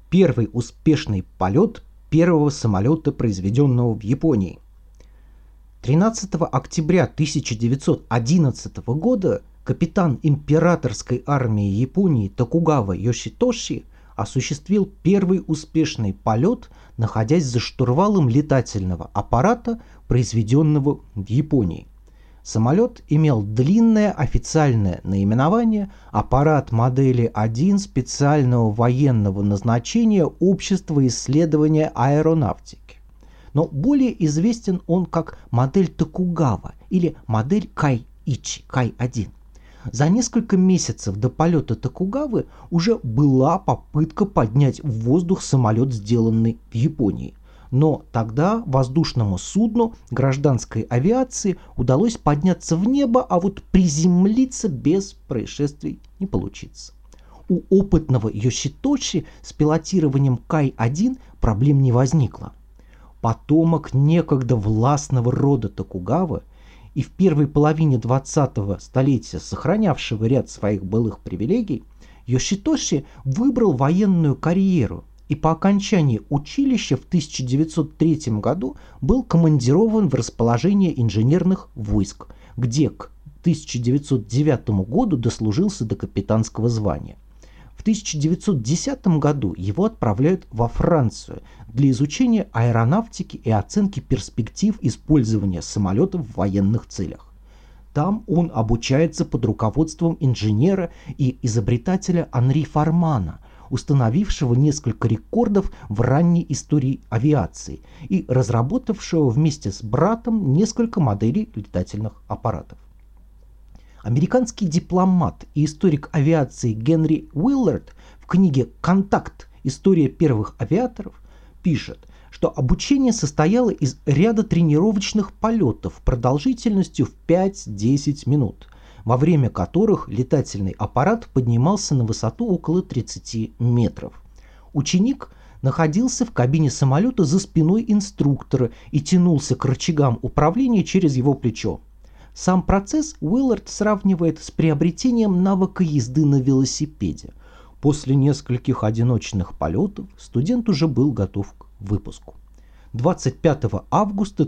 первый успешный полет первого самолета, произведенного в Японии. 13 октября 1911 года капитан императорской армии Японии Токугава Йоситоши осуществил первый успешный полет, находясь за штурвалом летательного аппарата, произведенного в Японии. Самолет имел длинное официальное наименование «Аппарат модели 1 специального военного назначения Общества исследования аэронавтики». Но более известен он как модель Токугава или модель Кай-Ичи, Кай-1. За несколько месяцев до полета Токугавы уже была попытка поднять в воздух самолет, сделанный в Японии. Но тогда воздушному судну гражданской авиации удалось подняться в небо, а вот приземлиться без происшествий не получится. У опытного Йоситоши с пилотированием Кай-1 проблем не возникло. Потомок некогда властного рода Токугавы и в первой половине 20-го столетия сохранявшего ряд своих былых привилегий, Йоситоши выбрал военную карьеру и по окончании училища в 1903 году был командирован в расположение инженерных войск, где к 1909 году дослужился до капитанского звания. В 1910 году его отправляют во Францию для изучения аэронавтики и оценки перспектив использования самолетов в военных целях. Там он обучается под руководством инженера и изобретателя Анри Фармана, установившего несколько рекордов в ранней истории авиации и разработавшего вместе с братом несколько моделей летательных аппаратов. Американский дипломат и историк авиации Генри Уиллард в книге «Контакт. История первых авиаторов» пишет, что обучение состояло из ряда тренировочных полетов продолжительностью в 5-10 минут, во время которых летательный аппарат поднимался на высоту около 30 метров. Ученик находился в кабине самолета за спиной инструктора и тянулся к рычагам управления через его плечо. Сам процесс Уиллард сравнивает с приобретением навыка езды на велосипеде. После нескольких одиночных полетов студент уже был готов к выпуску. 25 августа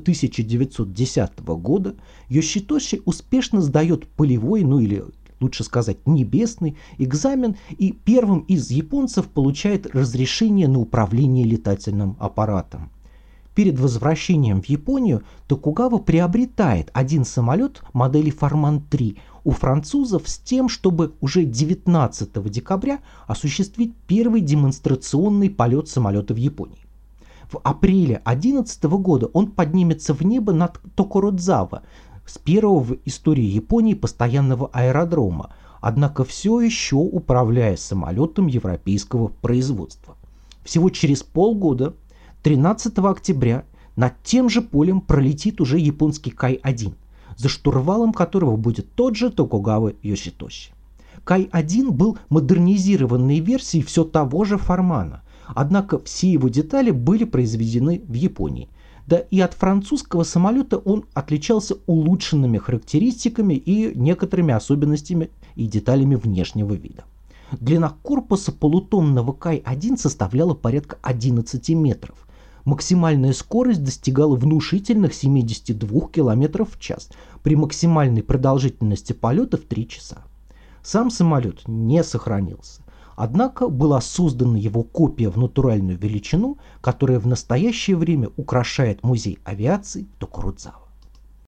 1910 года Йоситоши успешно сдает полевой, или лучше сказать небесный, экзамен и первым из японцев получает разрешение на управление летательным аппаратом. Перед возвращением в Японию Токугава приобретает один самолет модели Фарман-3 у французов с тем, чтобы уже 19 декабря осуществить первый демонстрационный полет самолета в Японии. В апреле 2011 года он поднимется в небо над Токородзава, с первого в истории Японии постоянного аэродрома, однако все еще управляя самолетом европейского производства. Всего через полгода, 13 октября, над тем же полем пролетит уже японский Кай-1, за штурвалом которого будет тот же Токугава Йоситоши. Кай-1 был модернизированной версией все того же Фармана, однако все его детали были произведены в Японии. Да и от французского самолета он отличался улучшенными характеристиками и некоторыми особенностями и деталями внешнего вида. Длина корпуса полутонного Кай-1 составляла порядка 11 метров. Максимальная скорость достигала внушительных 72 км в час при максимальной продолжительности полета в 3 часа. Сам самолет не сохранился, однако была создана его копия в натуральную величину, которая в настоящее время украшает музей авиации Токородзава.